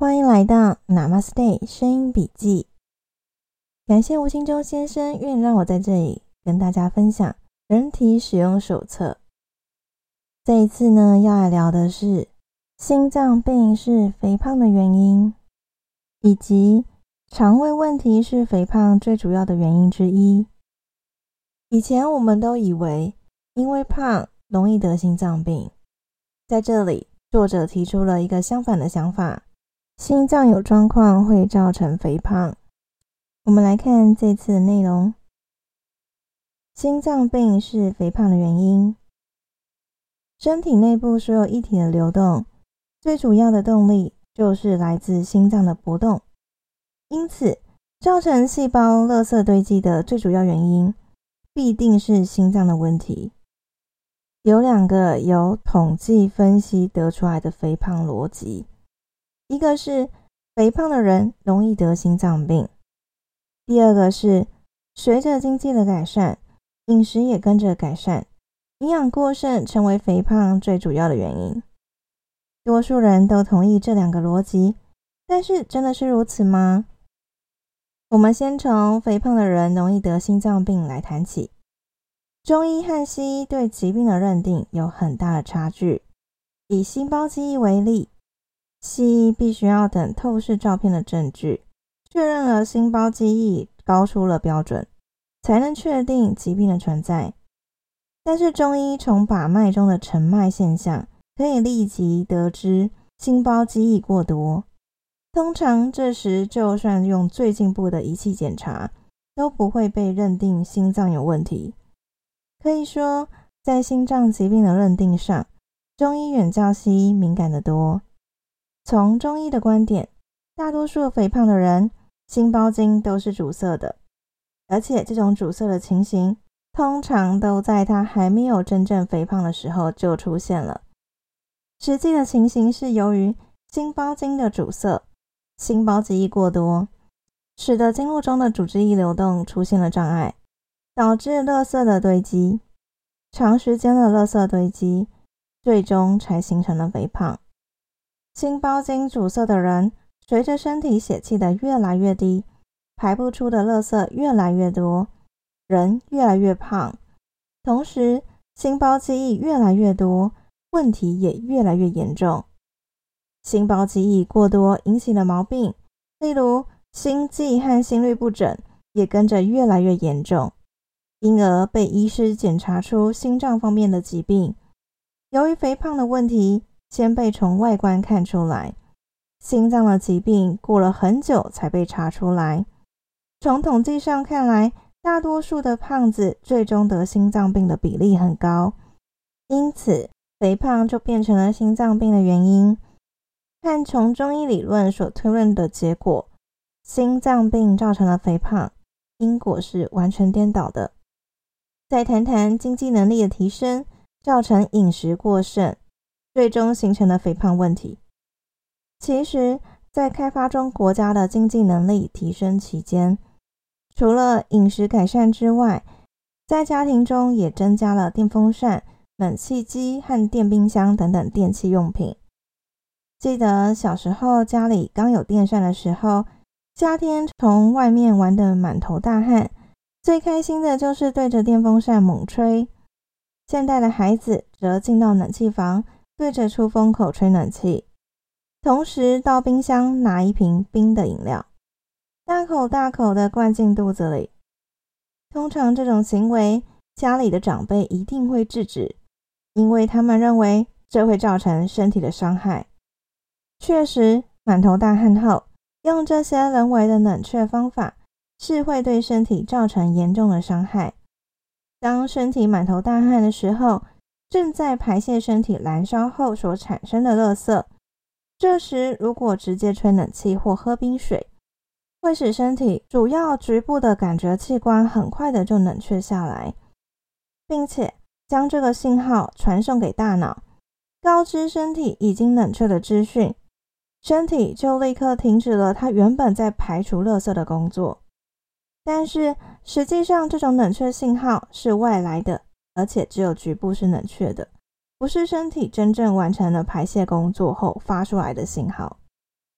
欢迎来到 Namaste 声音笔记。感谢吴兴洲先生愿意让我在这里跟大家分享人体使用手册。这一次呢，要来聊的是心脏病是肥胖的原因，以及肠胃问题是肥胖最主要的原因之一。以前我们都以为因为胖容易得心脏病，在这里作者提出了一个相反的想法，心脏有状况会造成肥胖。我们来看这次的内容。心脏病是肥胖的原因。身体内部所有液体的流动，最主要的动力就是来自心脏的搏动。因此，造成细胞垃圾堆积的最主要原因，必定是心脏的问题。有两个由统计分析得出来的肥胖逻辑，一个是肥胖的人容易得心脏病，第二个是随着经济的改善，饮食也跟着改善，营养过剩成为肥胖最主要的原因。多数人都同意这两个逻辑，但是真的是如此吗？我们先从肥胖的人容易得心脏病来谈起。中医和西医对疾病的认定有很大的差距。以心包积液为例，西医必须要等透视照片的证据，确认了心包积液高出了标准，才能确定疾病的存在。但是中医从把脉中的沉脉现象，可以立即得知心包积液过多。通常这时就算用最进步的仪器检查，都不会被认定心脏有问题。可以说，在心脏疾病的认定上，中医远较西医敏感得多。从中医的观点，大多数肥胖的人心包经都是阻塞的，而且这种阻塞的情形通常都在他还没有真正肥胖的时候就出现了。实际的情形是由于心包经的阻塞，心包积液过多，使得经络中的组织液流动出现了障碍，导致垃圾的堆积，长时间的垃圾堆积，最终才形成了肥胖。心包经阻塞的人，随着身体血气的越来越低，排不出的垃圾越来越多，人越来越胖，同时心包积液越来越多，问题也越来越严重。心包积液过多引起的毛病，例如心悸和心律不整，也跟着越来越严重，因而被医师检查出心脏方面的疾病。由于肥胖的问题先被从外观看出来，心脏的疾病过了很久才被查出来。从统计上看来，大多数的胖子最终得心脏病的比例很高，因此肥胖就变成了心脏病的原因。和从中医理论所推论的结果，心脏病造成了肥胖，因果是完全颠倒的。再谈谈经济能力的提升造成饮食过剩，最终形成了肥胖问题。其实在开发中国家的经济能力提升期间，除了饮食改善之外，在家庭中也增加了电风扇、冷气机和电冰箱等等电器用品。记得小时候家里刚有电扇的时候，夏天从外面玩得满头大汗，最开心的就是对着电风扇猛吹。现代的孩子则进到冷气房，对着出风口吹冷气，同时到冰箱拿一瓶冰的饮料，大口大口的灌进肚子里。通常这种行为，家里的长辈一定会制止，因为他们认为这会造成身体的伤害。确实，满头大汗后，用这些人为的冷却方法，是会对身体造成严重的伤害。当身体满头大汗的时候，正在排泄身体燃烧后所产生的垃圾，这时如果直接吹冷气或喝冰水，会使身体主要局部的感觉器官很快的就冷却下来，并且将这个信号传送给大脑，告知身体已经冷却的资讯，身体就立刻停止了它原本在排除垃圾的工作。但是实际上这种冷却信号是外来的，而且只有局部是冷却的，不是身体真正完成了排泄工作后发出来的信号。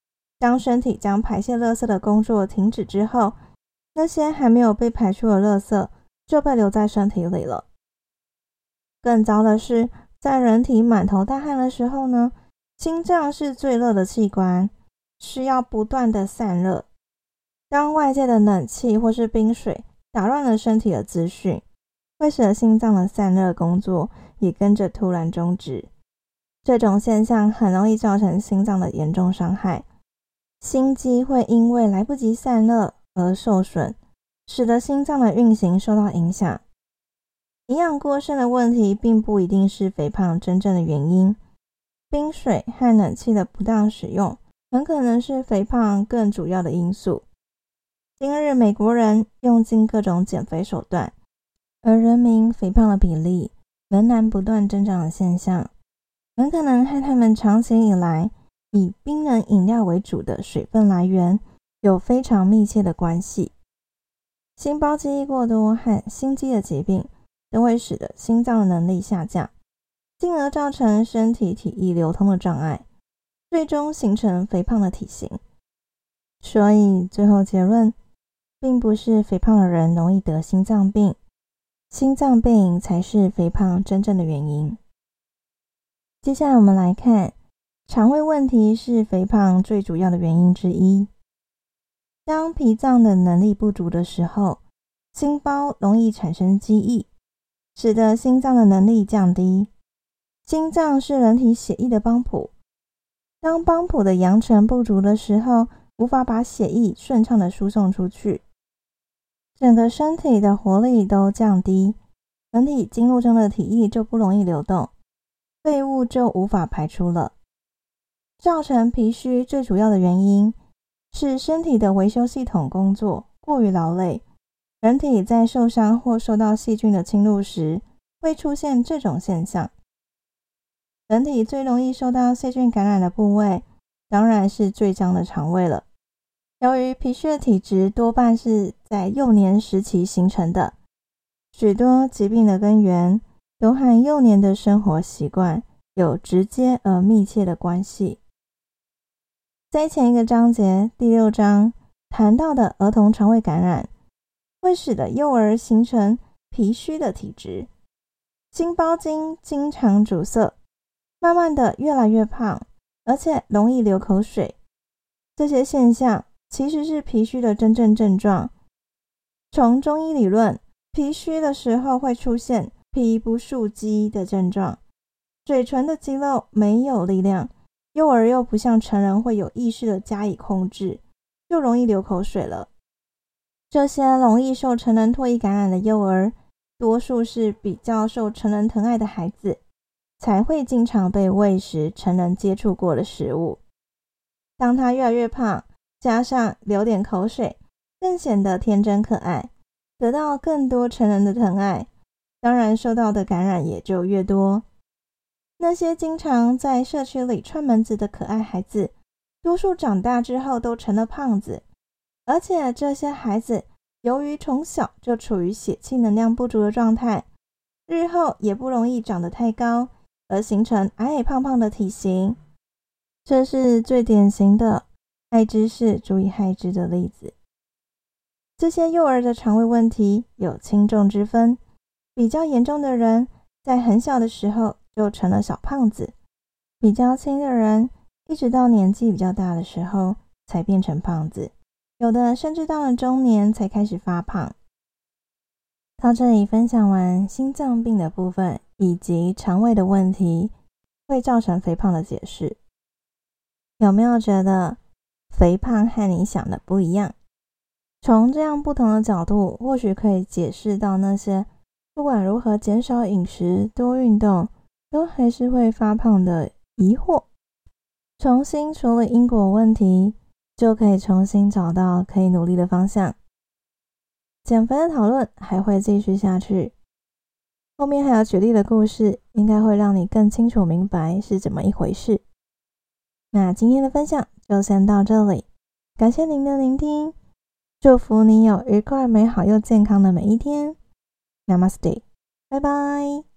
当身体将排泄垃圾的工作停止之后，那些还没有被排出的垃圾就被留在身体里了。更糟的是，在人体满头大汗的时候呢，心脏是最热的器官，需要不断的散热。当外界的冷气或是冰水打乱了身体的资讯，会使得心脏的散热工作也跟着突然终止。这种现象很容易造成心脏的严重伤害，心肌会因为来不及散热而受损，使得心脏的运行受到影响。营养过剩的问题并不一定是肥胖真正的原因，冰水和冷气的不当使用很可能是肥胖更主要的因素。今日美国人用尽各种减肥手段，而人民肥胖的比例仍然不断增长的现象，很可能和他们长期以来以冰冷饮料为主的水分来源有非常密切的关系。心包记忆过多和心肌的疾病都会使得心脏的能力下降，进而造成身体体液流通的障碍，最终形成肥胖的体型。所以最后结论，并不是肥胖的人容易得心脏病，心脏病才是肥胖真正的原因。接下来我们来看，肠胃问题是肥胖最主要的原因之一。当脾脏的能力不足的时候，心包容易产生积液，使得心脏的能力降低。心脏是人体血液的帮浦，当帮浦的扬尘不足的时候，无法把血液顺畅的输送出去，整个身体的活力都降低，人体经络中的体液就不容易流动，废物就无法排出了。造成脾虚最主要的原因是身体的维修系统工作过于劳累，人体在受伤或受到细菌的侵入时会出现这种现象。人体最容易受到细菌感染的部位当然是最脏的肠胃了。由于脾虚的体质多半是在幼年时期形成的，许多疾病的根源都和幼年的生活习惯有直接而密切的关系。在前一个章节第6章谈到的儿童肠胃感染，会使得幼儿形成脾虚的体质，心包经经常阻塞，慢慢的越来越胖，而且容易流口水。这些现象其实是脾虚的真正症状。从中医理论，脾虚的时候会出现脾不竖肌的症状，嘴唇的肌肉没有力量，幼儿又不像成人会有意识的加以控制，就容易流口水了。这些容易受成人唾液感染的幼儿，多数是比较受成人疼爱的孩子，才会经常被喂食成人接触过的食物。当他越来越胖，加上流点口水，更显得天真可爱，得到更多成人的疼爱，当然受到的感染也就越多。那些经常在社区里串门子的可爱孩子，多数长大之后都成了胖子，而且这些孩子由于从小就处于血气能量不足的状态，日后也不容易长得太高，而形成矮矮胖胖的体型。这是最典型的爱之是足以害之的例子。这些幼儿的肠胃问题有轻重之分，比较严重的人在很小的时候就成了小胖子，比较轻的人一直到年纪比较大的时候才变成胖子，有的甚至到了中年才开始发胖。到这里分享完心脏病的部分以及肠胃的问题会造成肥胖的解释，有没有觉得肥胖和你想的不一样？从这样不同的角度，或许可以解释到那些不管如何减少饮食、多运动，都还是会发胖的疑惑。重新处理因果问题，就可以重新找到可以努力的方向。减肥的讨论还会继续下去，后面还有举例的故事，应该会让你更清楚明白是怎么一回事。那今天的分享就先到这里，感谢您的聆听，祝福你有愉快、美好又健康的每一天。Namaste， 拜拜。